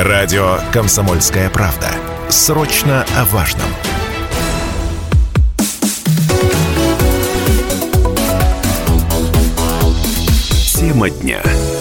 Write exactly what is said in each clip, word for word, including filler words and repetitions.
Радио «Комсомольская правда». Срочно о важном. Тема дня.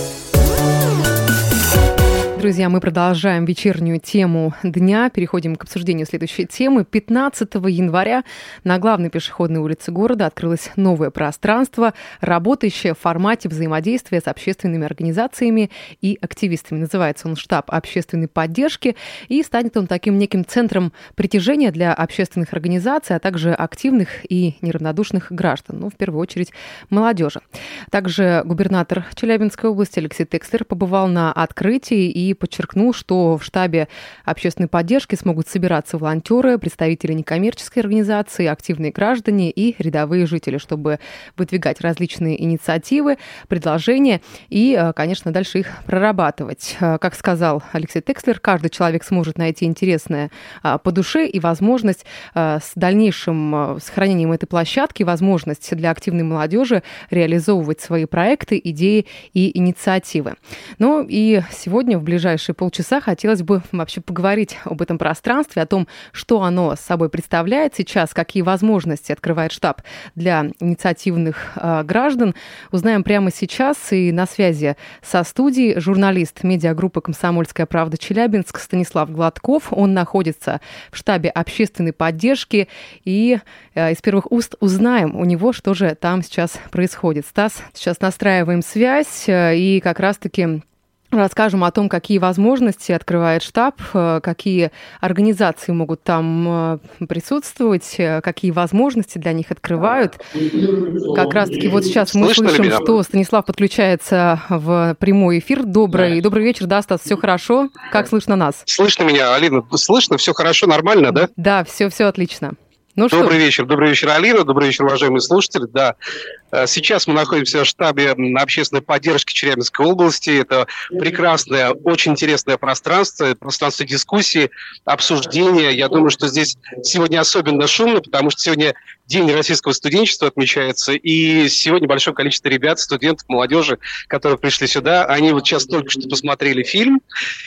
Друзья, мы продолжаем вечернюю тему дня. Переходим к обсуждению следующей темы. пятнадцатого января на главной пешеходной улице города открылось новое пространство, работающее в формате взаимодействия с общественными организациями и активистами. Называется он «Штаб общественной поддержки», и станет он таким неким центром притяжения для общественных организаций, а также активных и неравнодушных граждан, ну, в первую очередь, молодежи. Также губернатор Челябинской области Алексей Текслер побывал на открытии и подчеркнул, что в штабе общественной поддержки смогут собираться волонтеры, представители некоммерческой организации, активные граждане и рядовые жители, чтобы выдвигать различные инициативы, предложения и, конечно, дальше их прорабатывать. Как сказал Алексей Текслер, каждый человек сможет найти интересное по душе и возможность с дальнейшим сохранением этой площадки, возможность для активной молодежи реализовывать свои проекты, идеи и инициативы. Ну и сегодня в ближайшие В ближайшие полчаса хотелось бы вообще поговорить об этом пространстве, о том, что оно собой представляет сейчас, какие возможности открывает штаб для инициативных э, граждан. Узнаем прямо сейчас. И на связи со студией журналист медиагруппы «Комсомольская правда» Челябинск Станислав Гладков. Он находится в штабе общественной поддержки. И э, из первых уст узнаем у него, что же там сейчас происходит. Стас, сейчас настраиваем связь э, и как раз-таки расскажем о том, какие возможности открывает штаб, какие организации могут там присутствовать, какие возможности для них открывают. Как раз-таки вот сейчас мы слышно слышим, что Станислав подключается в прямой эфир. Добрый, да. Добрый вечер, да, Стас, все хорошо? Как слышно нас? Слышно меня, Алина? Слышно? Все хорошо, нормально, да? Да, все, все отлично. Ну добрый что? вечер, добрый вечер, Алина, добрый вечер, уважаемые слушатели. Да, сейчас мы находимся в штабе общественной поддержки Челябинской области. Это прекрасное, очень интересное пространство, пространство дискуссии, обсуждения. Я думаю, что здесь сегодня особенно шумно, потому что сегодня День российского студенчества отмечается, и сегодня большое количество ребят, студентов, молодежи, которые пришли сюда, они вот сейчас только что посмотрели фильм,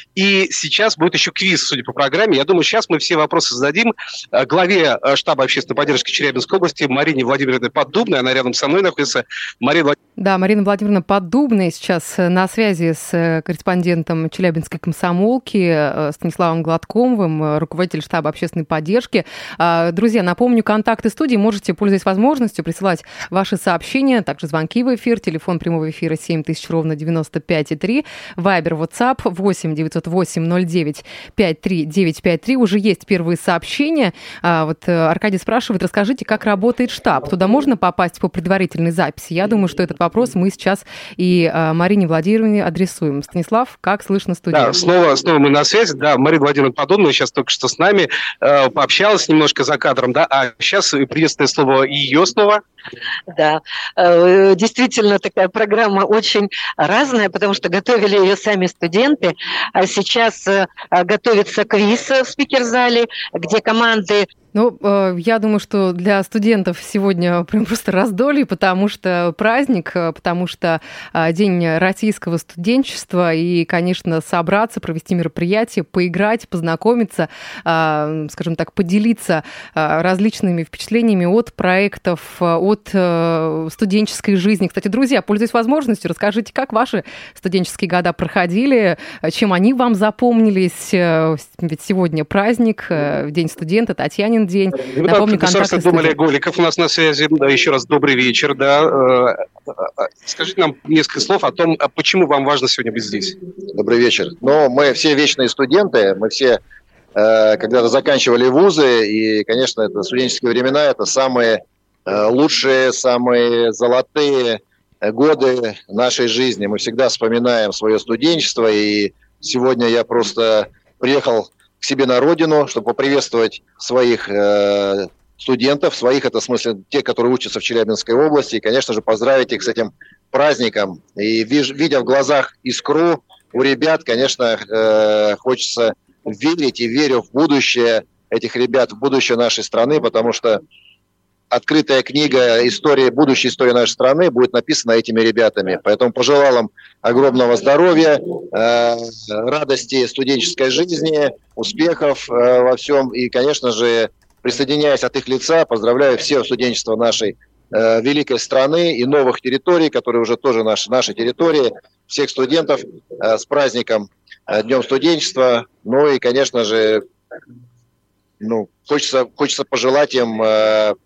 и сейчас будет еще квиз, судя по программе. Я думаю, сейчас мы все вопросы зададим главе штаба общественной поддержки Челябинской области Марине Владимировне Поддубной, она рядом со мной находится. Марина Влад... Да, Марина Владимировна Поддубная сейчас на связи с корреспондентом Челябинской комсомолки Станиславом Гладковым, руководитель штаба общественной поддержки. Друзья, напомню, контакты студии можете, пользуясь возможностью, присылать ваши сообщения, также звонки в эфир, телефон прямого эфира семь тысяч ровно девяносто пять и три, Вайбер, WhatsApp восемь девятьсот восемь ноль девять пять три девять пять три. Уже есть первые сообщения. Вот Аркадий спрашивает, расскажите, как работает штаб? Туда можно попасть по предварительной записи? Я думаю, что этот вопрос мы сейчас и Марине Владимировне адресуем. Станислав, как слышно студию? Да, снова, снова мы на связи. Да, Марина Владимировна Поддубная сейчас только что с нами э, пообщалась немножко за кадром, да, а сейчас приветственное слово ее снова. Да, действительно такая программа очень разная, потому что готовили ее сами студенты, а сейчас готовится квиз в спикер-зале, где команды... Ну, я думаю, что для студентов сегодня прям просто раздолье, потому что праздник, потому что День российского студенчества, и, конечно, собраться, провести мероприятие, поиграть, познакомиться, скажем так, поделиться различными впечатлениями от проектов, от студенческой жизни. Кстати, друзья, пользуясь возможностью, расскажите, как ваши студенческие года проходили, чем они вам запомнились, ведь сегодня праздник, День студента, Татьянин день. Напомню, контакты студии. Олег Голиков у нас на связи. Да, еще раз добрый вечер. Да. Скажите нам несколько слов о том, почему вам важно сегодня быть здесь. Добрый вечер. Ну, мы все вечные студенты, мы все э, когда-то заканчивали вузы, и, конечно, это студенческие времена, это самые э, лучшие, самые золотые годы нашей жизни. Мы всегда вспоминаем свое студенчество, и сегодня я просто приехал к себе на родину, чтобы поприветствовать своих э, студентов, своих, это в смысле те, которые учатся в Челябинской области, и, конечно же, поздравить их с этим праздником. И видя в глазах искру у ребят, конечно, э, хочется верить и верю в будущее этих ребят, в будущее нашей страны, потому что открытая книга истории, будущей истории нашей страны будет написана этими ребятами. Поэтому пожелал им огромного здоровья, э, радости студенческой жизни, успехов э, во всем. И, конечно же, присоединяясь от их лица, поздравляю все студенчество нашей э, великой страны и новых территорий, которые уже тоже наши, наши территории, всех студентов э, с праздником э, Днем студенчества. Ну и, конечно же, ну, хочется, хочется пожелать им... Э,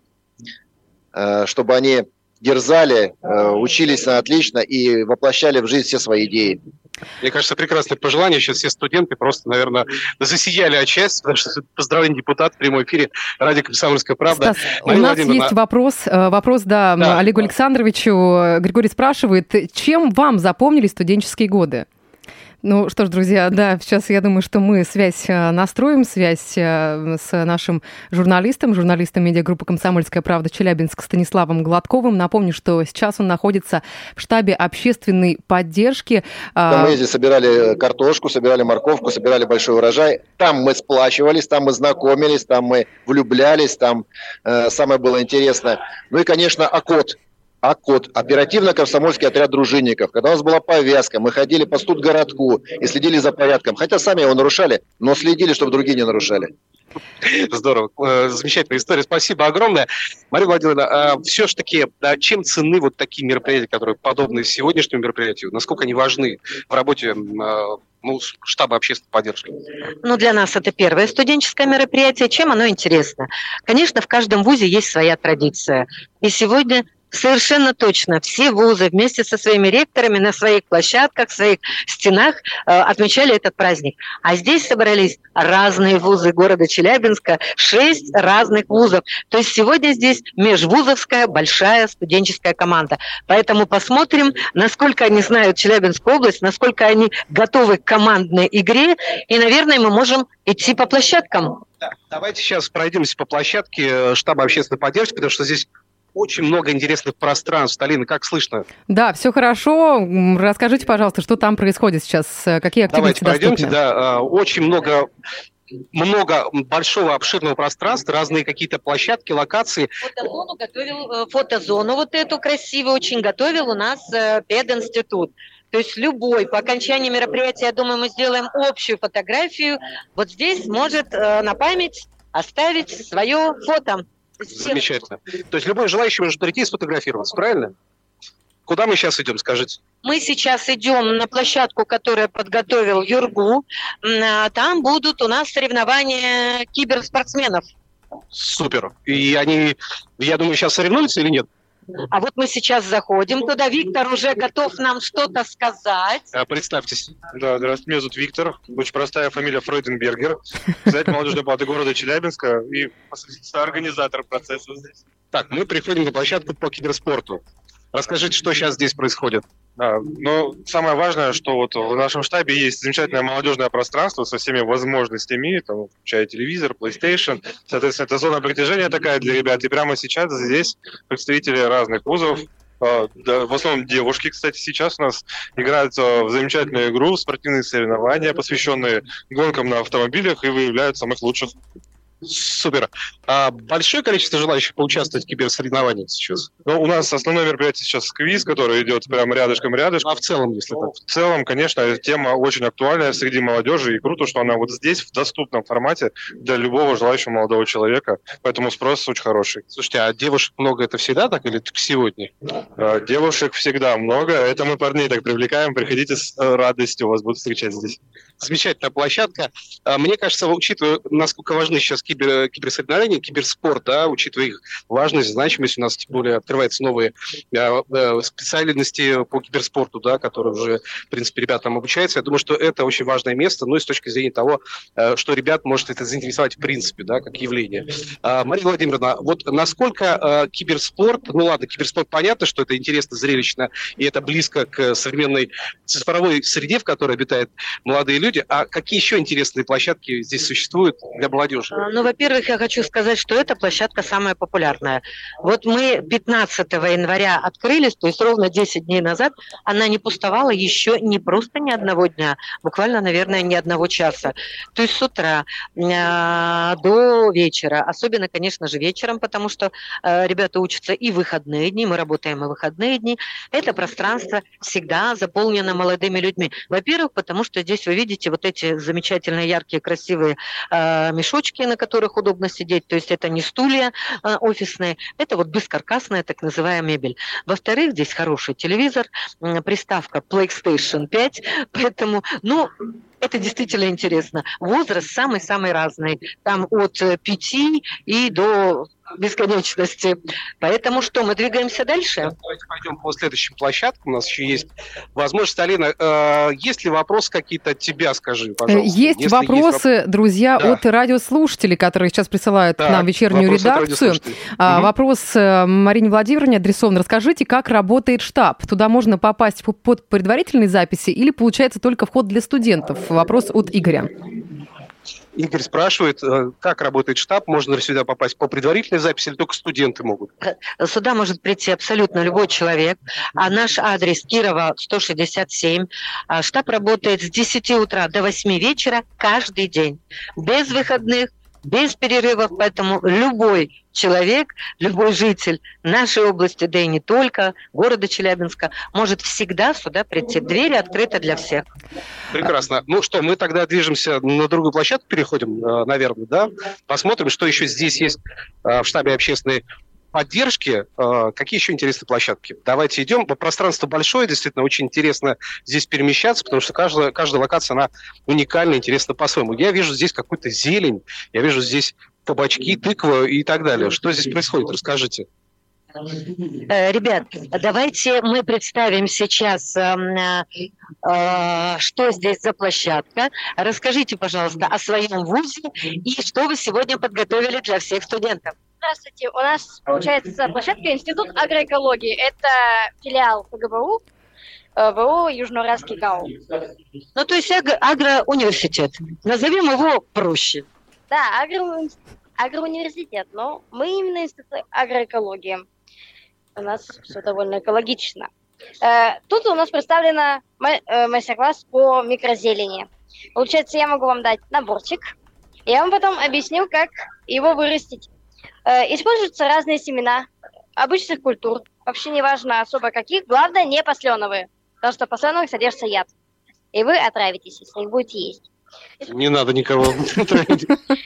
чтобы они дерзали, учились на отлично и воплощали в жизнь все свои идеи. Мне кажется, прекрасное пожелание. Сейчас все студенты просто, наверное, засияли от счастья, потому что поздравление депутата в прямом эфире радио «Комсомольская правда». Стас, у нас есть вопрос, вопрос, да, да, Олегу Александровичу. Григорий спрашивает, чем вам запомнились студенческие годы? Ну что ж, друзья, да, сейчас я думаю, что мы связь настроим, связь с нашим журналистом, журналистом медиагруппы «Комсомольская правда» Челябинск Станиславом Гладковым. Напомню, что сейчас он находится в штабе общественной поддержки. Там мы здесь собирали картошку, собирали морковку, собирали большой урожай. Там мы сплачивались, там мы знакомились, там мы влюблялись, там э, самое было интересное. Ну и, конечно, АКОТ. АКОТ, оперативно-комсомольский отряд дружинников. Когда у нас была повязка, мы ходили по студгородку и следили за порядком. Хотя сами его нарушали, но следили, чтобы другие не нарушали. Здорово. Замечательная история. Спасибо огромное. Мария Владимировна, все-таки чем ценны вот такие мероприятия, которые подобны сегодняшнему мероприятию? Насколько они важны в работе ну, штаба общественной поддержки? Ну, для нас это первое студенческое мероприятие. Чем оно интересно? Конечно, в каждом вузе есть своя традиция. И сегодня... Совершенно точно. Все вузы вместе со своими ректорами на своих площадках, в своих стенах э, отмечали этот праздник. А здесь собрались разные вузы города Челябинска, шесть разных вузов. То есть сегодня здесь межвузовская большая студенческая команда. Поэтому посмотрим, насколько они знают Челябинскую область, насколько они готовы к командной игре. И, наверное, мы можем идти по площадкам. Да, давайте сейчас пройдемся по площадке штаба общественной поддержки, потому что здесь очень много интересных пространств. Алина, как слышно? Да, все хорошо. Расскажите, пожалуйста, что там происходит сейчас, какие активности Давайте пройдемте. доступны? Да, очень много, много большого обширного пространства, разные какие-то площадки, локации. Фотозону готовил, фотозону вот эту красивую очень готовил у нас пединститут. То есть любой, по окончании мероприятия, я думаю, мы сделаем общую фотографию. Вот здесь может на память оставить свое фото. Замечательно. То есть любой желающий может прийти и сфотографироваться, правильно? Куда мы сейчас идем, скажите? Мы сейчас идем на площадку, которую подготовил Юргу. Там будут у нас соревнования киберспортсменов. Супер. И они, я думаю, сейчас соревнуются или нет? А вот мы сейчас заходим туда. Виктор уже готов нам что-то сказать. А, представьтесь. Да, здравствуйте, меня зовут Виктор. Очень простая фамилия Фройденбергер. Председатель молодежной палаты города Челябинска и организатор процесса здесь. Так, мы приходим на площадку по киберспорту. Расскажите, что сейчас здесь происходит? Да, но самое важное, что вот в нашем штабе есть замечательное молодежное пространство со всеми возможностями, там, включая телевизор, PlayStation. Соответственно, это зона притяжения такая для ребят. И прямо сейчас здесь представители разных вузов, в основном девушки, кстати, сейчас у нас играют в замечательную игру, спортивные соревнования, посвященные гонкам на автомобилях, и выявляют самых лучших. Супер. А большое количество желающих поучаствовать в киберсоревнованиях сейчас? Ну, у нас основное мероприятие сейчас квиз, который идет прямо рядышком-рядышком. А в целом, если так? В целом, конечно, тема очень актуальная среди молодежи, и круто, что она вот здесь, в доступном формате для любого желающего молодого человека. Поэтому спрос очень хороший. Слушайте, а девушек много это всегда так или только сегодня? Девушек всегда много. Это мы парней так привлекаем. Приходите, с радостью вас будут встречать здесь. Замечательная площадка. Мне кажется, учитывая, насколько важны сейчас кибер, киберсоревнования, киберспорт, да, учитывая их важность, значимость, у нас тем более открываются новые э, специальности по киберспорту, да, которые уже, в принципе, ребята там обучаются. Я думаю, что это очень важное место, ну и с точки зрения того, э, что ребят может это заинтересовать в принципе, да, как явление. Э, Мария Владимировна, вот насколько э, киберспорт, ну ладно, киберспорт понятно, что это интересно, зрелищно, и это близко к современной цифровой среде, в которой обитают молодые люди, люди. А какие еще интересные площадки здесь существуют для молодежи? Ну, во-первых, я хочу сказать, что эта площадка самая популярная. Вот мы пятнадцатого января открылись, то есть ровно десять дней назад, она не пустовала еще не просто ни одного дня, буквально, наверное, ни одного часа. То есть с утра э, до вечера, особенно, конечно же, вечером, потому что э, ребята учатся и в выходные дни, мы работаем и в выходные дни. Это пространство всегда заполнено молодыми людьми. Во-первых, потому что здесь вы видите вот эти замечательные, яркие, красивые э, мешочки, на которых удобно сидеть. То есть это не стулья э, офисные, это вот бескаркасная так называемая мебель. Во-вторых, здесь хороший телевизор, э, приставка PlayStation пять, поэтому, ну, это действительно интересно. Возраст самый-самый разный. Там от пяти и до бесконечности. Поэтому что, мы двигаемся дальше? Давайте пойдем по следующим площадкам. У нас еще есть возможность. Алина, э, есть ли вопросы какие-то от тебя, скажи, пожалуйста? Есть Если вопросы, есть... друзья, да. от радиослушателей, которые сейчас присылают так, к нам вечернюю редакцию. А, угу. Вопрос Марине Владимировне адресован. Расскажите, как работает штаб? Туда можно попасть под предварительной записи или получается только вход для студентов? Вопрос от Игоря. Игорь спрашивает, как работает штаб, можно ли сюда попасть по предварительной записи или только студенты могут? Сюда может прийти абсолютно любой человек. А наш адрес Кирова сто шестьдесят семь. Штаб работает с десяти утра до восьми вечера каждый день, без выходных, без перерывов, поэтому любой человек, любой житель нашей области, да и не только, города Челябинска, может всегда сюда прийти. Двери открыты для всех. Прекрасно. Ну что, мы тогда движемся на другую площадку, переходим, наверное, да? Посмотрим, что еще здесь есть в штабе общественной поддержки. Какие еще интересные площадки? Давайте идем. Пространство большое, действительно, очень интересно здесь перемещаться, потому что каждая, каждая локация, она уникальна, интересна по-своему. Я вижу здесь какую-то зелень, я вижу здесь кабачки, тыкву и так далее. Что здесь происходит? Расскажите. Ребят, давайте мы представим сейчас, э, э, что здесь за площадка. Расскажите, пожалуйста, о своем вузе и что вы сегодня подготовили для всех студентов. Здравствуйте, у нас, получается, площадка Институт агроэкологии. Это филиал ПГБУ, ВУ Южноуральский ГАУ. Ну, то есть агро- агроуниверситет. Назовем его проще. Да, агро- агроуниверситет, но мы именно Институт агроэкологии. У нас все довольно экологично. Тут у нас представлен мастер-класс по микрозелени. Получается, я могу вам дать наборчик, и я вам потом объясню, как его вырастить. Используются разные семена обычных культур, вообще не важно особо каких, главное не посленовые, потому что в посленовых содержится яд, и вы отравитесь, если их будете есть. Не надо никого отравить.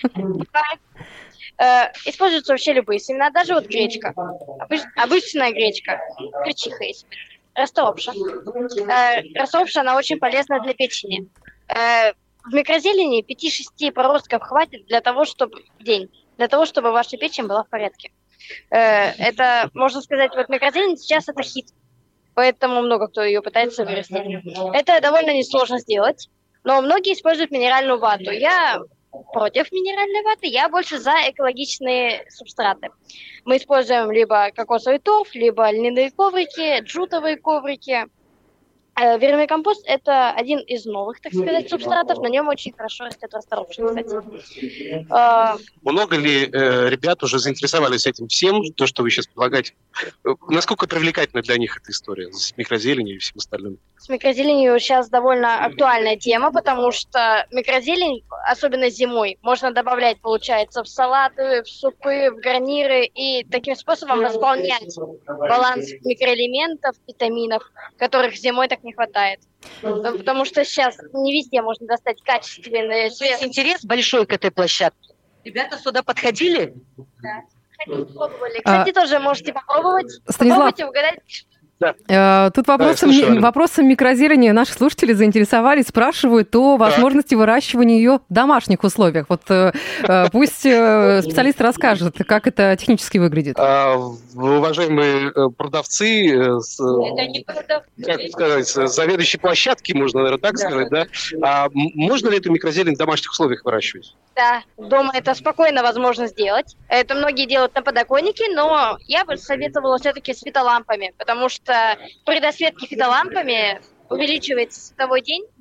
Используются вообще любые семена, даже вот гречка, обычная гречка, гречиха есть, расторопша. Расторопша, она очень полезна для печени. В микрозелени пяти-шести поростков хватит для того, чтобы в день, для того, чтобы ваша печень была в порядке. Это, можно сказать, вот микрозелень сейчас это хит, поэтому много кто ее пытается вырастить. Это довольно несложно сделать, но многие используют минеральную вату. Я против минеральной ваты, я больше за экологичные субстраты. Мы используем либо кокосовый торф, либо льняные коврики, джутовые коврики. Вермикомпост – это один из новых, так сказать, субстратов. На нем очень хорошо растет расторопша, кстати. Много ли э, ребят уже заинтересовались этим всем, то, что вы сейчас предлагаете? Насколько привлекательна для них эта история с микрозеленью и всем остальным? С микрозеленью сейчас довольно актуальная тема, потому что микрозелень, особенно зимой, можно добавлять, получается, в салаты, в супы, в гарниры и таким способом восполнять баланс микроэлементов, витаминов, которых зимой так не хватает. Потому что сейчас не везде можно достать качественные свежие. Интерес большой к этой площадке. Ребята сюда подходили? Да. Пробовали. Кстати, а... тоже можете попробовать. Станислав... Попробуйте угадать. Да. Тут вопросом, да, вопросом микрозелени наши слушатели заинтересовались, спрашивают о возможности да. выращивания ее в домашних условиях. Вот пусть специалист расскажет, как это технически выглядит. А, уважаемые продавцы, это не продавцы. Как сказать, заведующие площадки, можно, наверное, так да. сказать, да? А можно ли эту микрозелень в домашних условиях выращивать? Да, дома это спокойно возможно сделать. Это многие делают на подоконнике, но я бы советовала все-таки с фитолампами, потому что при досветке фитолампами увеличивается световой день,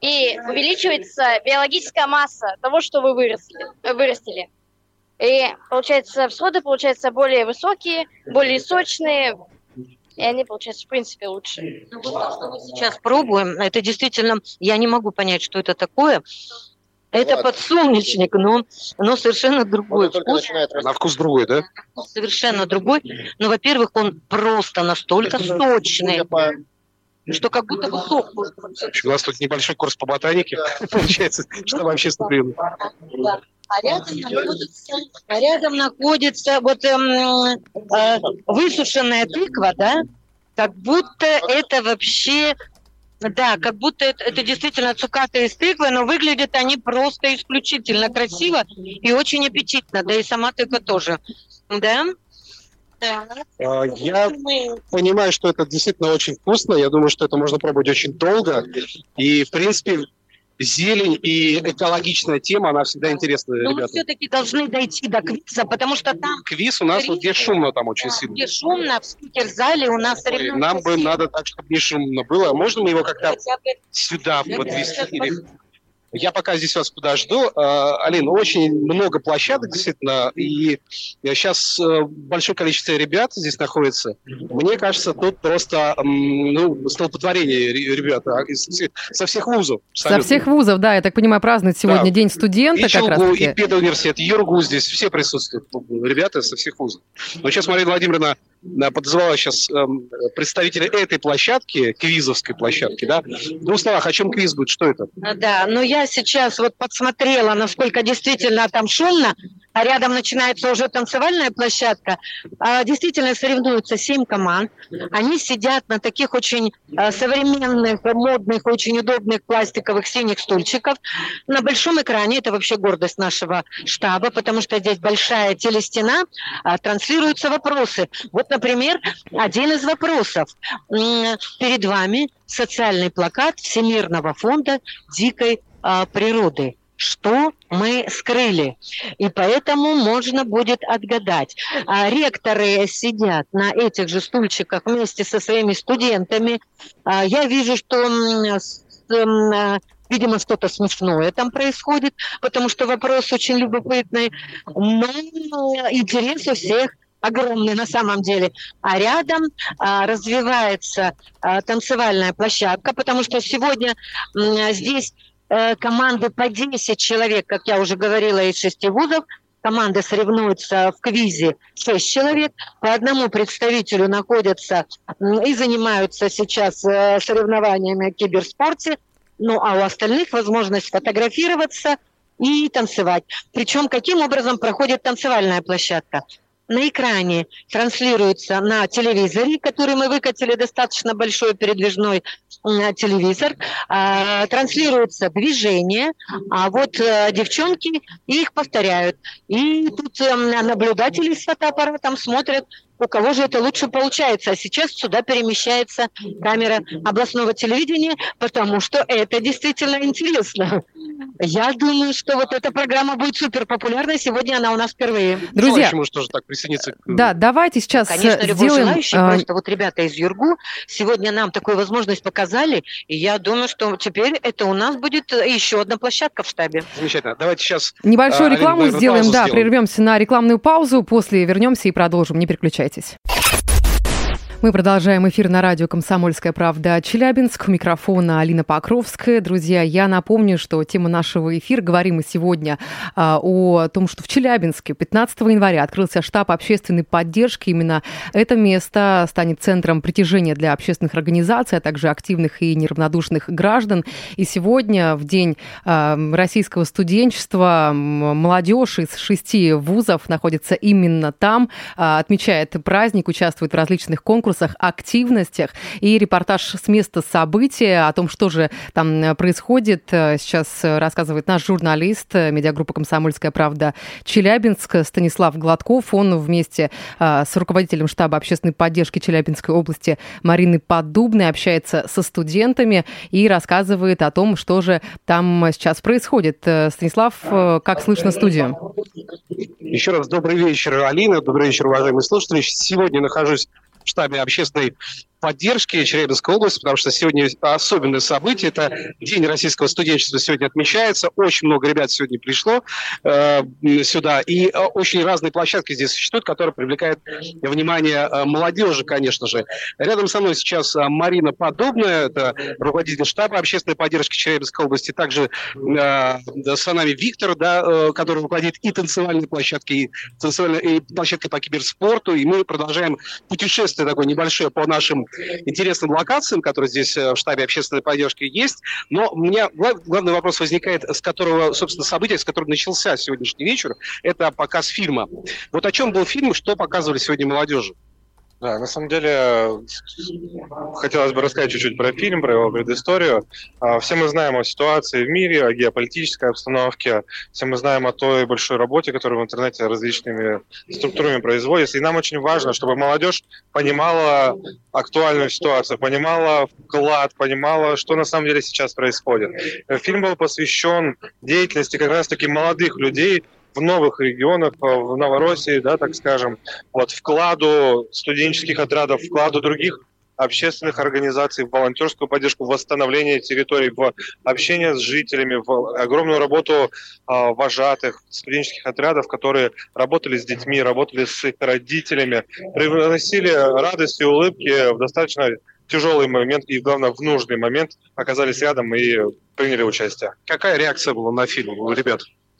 и увеличивается биологическая масса того, что вы выросли, вырастили. И, получается, всходы получаются более высокие, более сочные, и они, получаются, в принципе, лучше. Ну, вот что мы сейчас пробуем, это действительно, я не могу понять, что это такое. Это Ладно. подсолнечник, но, но совершенно другой Он только вкус. начинает расти. На вкус другой, да? Совершенно другой. Но, во-первых, он просто настолько сочный, Судя по- что как будто бы сок. В общем, у нас тут небольшой курс по ботанике, получается, чтобы общественно прием. Да. А рядом находится, а рядом находится вот эм, э, высушенная тыква, да? Как будто это вообще, да, как будто это, это действительно цукаты из тыквы, но выглядят они просто исключительно красиво и очень аппетитно, да и сама тыква тоже, да? А, Я понимаю, что это действительно очень вкусно. Я думаю, что это можно пробовать очень долго. И, в принципе, зелень и экологичная тема, она всегда интересна, Но мы ребята. все-таки должны дойти до квиза, потому что там, Квиз у нас вот здесь шумно там очень сильно. где шумно, в спикер-зале у нас Ой, соревнуются Нам бы все. надо так, чтобы не шумно было. Можно мы его как-то Хотя бы сюда подвести? Или... Я пока здесь вас подожду. А, Алина, очень много площадок, действительно, и сейчас большое количество ребят здесь находится. Мне кажется, тут просто м, ну, столпотворение ре- ребята а, из всех- со всех вузов. Со абсолютно. всех вузов, да, я так понимаю, празднуют сегодня Да. День студента И как раз ЧелГУ, и таки. педуниверситет, и ЮрГУ здесь все присутствуют. Ребята со всех вузов. Но сейчас Марина Владимировна да, подозвала сейчас эм, представителя этой площадки, квизовской площадки, да. В двух словах, о чем квиз будет, что это? Да, но я сейчас вот подсмотрела, насколько действительно там шумно, а рядом начинается уже танцевальная площадка. А, Действительно соревнуются семь команд. Они сидят на таких очень а, современных, модных, очень удобных пластиковых синих стульчиков. На большом экране, это вообще гордость нашего штаба, потому что здесь большая телестена, а, транслируются вопросы. Вот, например, один из вопросов. М, Перед вами социальный плакат Всемирного фонда дикой а, природы. Что мы скрыли? И поэтому можно будет отгадать. А, ректоры сидят на этих же стульчиках вместе со своими студентами. А, я вижу, что, м, с- м, а, видимо, что-то смешное там происходит, потому что вопрос очень любопытный. Но интерес у всех огромный на самом деле. А рядом а, развивается а, танцевальная площадка, потому что сегодня м, здесь э, команды по десять человек, как я уже говорила, из шести вузов. Команды соревнуются в квизе шесть человек. По одному представителю находятся м, и занимаются сейчас э, соревнованиями в киберспорте. Ну, а у остальных возможность фотографироваться и танцевать. Причем каким образом проходит танцевальная площадка? На экране транслируется на телевизоре, который мы выкатили, достаточно большой передвижной м, телевизор, а, транслируется движение, а вот а, девчонки их повторяют. И тут а, наблюдатели с фотоаппаратом смотрят, у кого же это лучше получается. А сейчас сюда перемещается камера областного телевидения, потому что это действительно интересно. Я думаю, что вот эта программа будет супер популярной. Сегодня она у нас впервые. Друзья, Желающий может тоже так присоединиться к... да, давайте сейчас Конечно, э, любой сделаем... желающий, а, просто вот ребята из ЮрГУ сегодня нам такую возможность показали, и я думаю, что теперь это у нас будет еще одна площадка в штабе. Замечательно. Давайте сейчас... Небольшую Алина, рекламу наверное, сделаем, паузу да, сделаем. прервемся на рекламную паузу, после вернемся и продолжим, не переключайтесь. Мы продолжаем эфир на радио «Комсомольская правда» Челябинск. У микрофона Алина Покровская. Друзья, я напомню, что тема нашего эфира. Говорим мы сегодня а, о том, что в Челябинске пятнадцатого января открылся штаб общественной поддержки. Именно это место станет центром притяжения для общественных организаций, а также активных и неравнодушных граждан. И сегодня, в день а, российского студенчества, молодежь из шести вузов находится именно там, а, отмечает праздник, участвует в различных конкурсах, активностях. И репортаж с места события о том, что же там происходит, сейчас рассказывает наш журналист медиагруппы «Комсомольская правда» Челябинск Станислав Гладков. Он вместе с руководителем штаба общественной поддержки Челябинской области Мариной Поддубной общается со студентами и рассказывает о том, что же там сейчас происходит. Станислав, как слышно студию? Еще раз добрый вечер, Алина. Добрый вечер, уважаемые слушатели. Сегодня нахожусь в штабе общественной поддержки Челябинской области, потому что сегодня особенное событие, это День российского студенчества сегодня отмечается, очень много ребят сегодня пришло э, сюда, и э, очень разные площадки здесь существуют, которые привлекают внимание э, молодежи, конечно же. Рядом со мной сейчас э, Марина Подобная, это руководитель штаба общественной поддержки Челябинской области, также э, с нами Виктор, да, э, который руководит и танцевальной площадкой, и, танцевальной, и площадкой по киберспорту, и мы продолжаем путешествие такое небольшое по нашим интересным локациям, которые здесь в штабе общественной поддержки есть. Но у меня главный вопрос возникает, с которого, собственно, событие, с которого начался сегодняшний вечер, это показ фильма. Вот о чем был фильм, что показывали сегодня молодежи? Да, на самом деле, хотелось бы рассказать чуть-чуть про фильм, про его предысторию. Все мы знаем о ситуации в мире, о геополитической обстановке, все мы знаем о той большой работе, которую в интернете различными структурами производится. И нам очень важно, чтобы молодежь понимала актуальную ситуацию, понимала вклад, понимала, что на самом деле сейчас происходит. Фильм был посвящен деятельности как раз-таки молодых людей в новых регионах, в Новороссии, да, так скажем, вот, вкладу студенческих отрядов, вкладу других общественных организаций в волонтерскую поддержку, в восстановление территорий, в общение с жителями, в огромную работу а, вожатых студенческих отрядов, которые работали с детьми, работали с их родителями, приносили радость и улыбки в достаточно тяжелый момент и, главное, в нужный момент оказались рядом и приняли участие. Какая реакция была на фильм у ребят?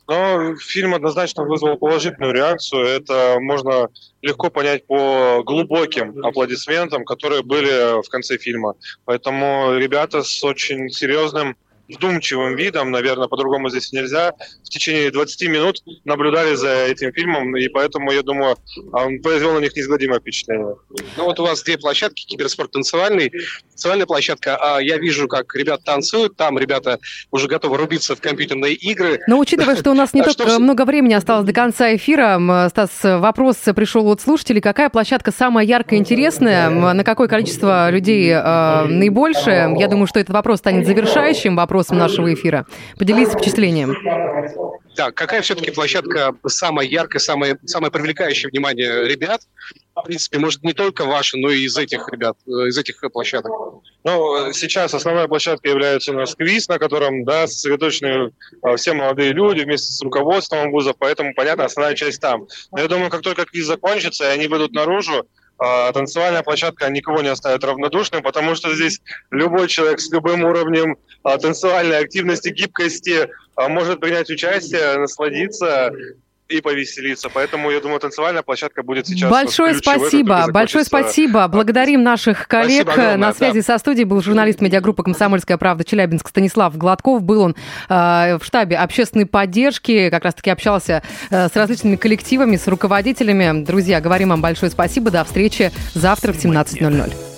Но фильм однозначно вызвал положительную реакцию. Это можно легко понять по глубоким аплодисментам, которые были в конце фильма. Поэтому ребята с очень серьезным, вдумчивым видом, наверное, по-другому здесь нельзя, в течение двадцати минут наблюдали за этим фильмом, и поэтому, я думаю, он произвел на них неизгладимое впечатление. Ну вот у вас две площадки, киберспорт танцевальный, танцевальная площадка, а я вижу, как ребята танцуют, там ребята уже готовы рубиться в компьютерные игры. Но учитывая, что у нас не так что... много времени осталось до конца эфира, Стас, вопрос пришел от слушателей, какая площадка самая яркая и интересная, на какое количество людей э, наибольшее? Я думаю, что этот вопрос станет завершающим вопросом нашего эфира. Поделись впечатлением. Да, какая все-таки площадка самая яркая, самая, самая привлекающая внимание ребят? В принципе, может, не только ваша, но и из этих ребят, из этих площадок. Ну, сейчас основная площадка является у нас квиз, на котором, да, сосредоточены все молодые люди вместе с руководством вузов, поэтому, понятно, основная часть там. Но я думаю, как только квиз закончится, и они выйдут наружу, танцевальная площадка никого не оставит равнодушным, потому что здесь любой человек с любым уровнем танцевальной активности, гибкости может принять участие, насладиться и повеселиться. Поэтому, я думаю, танцевальная площадка будет сейчас... Большое спасибо. Большое спасибо. Благодарим наших коллег. Огромное, на связи да. со студией был журналист медиагруппы «Комсомольская правда» Челябинск Станислав Гладков. Был он э, в штабе общественной поддержки, как раз-таки общался э, с различными коллективами, с руководителями. Друзья, говорим вам большое спасибо. До встречи завтра в семнадцать ноль ноль.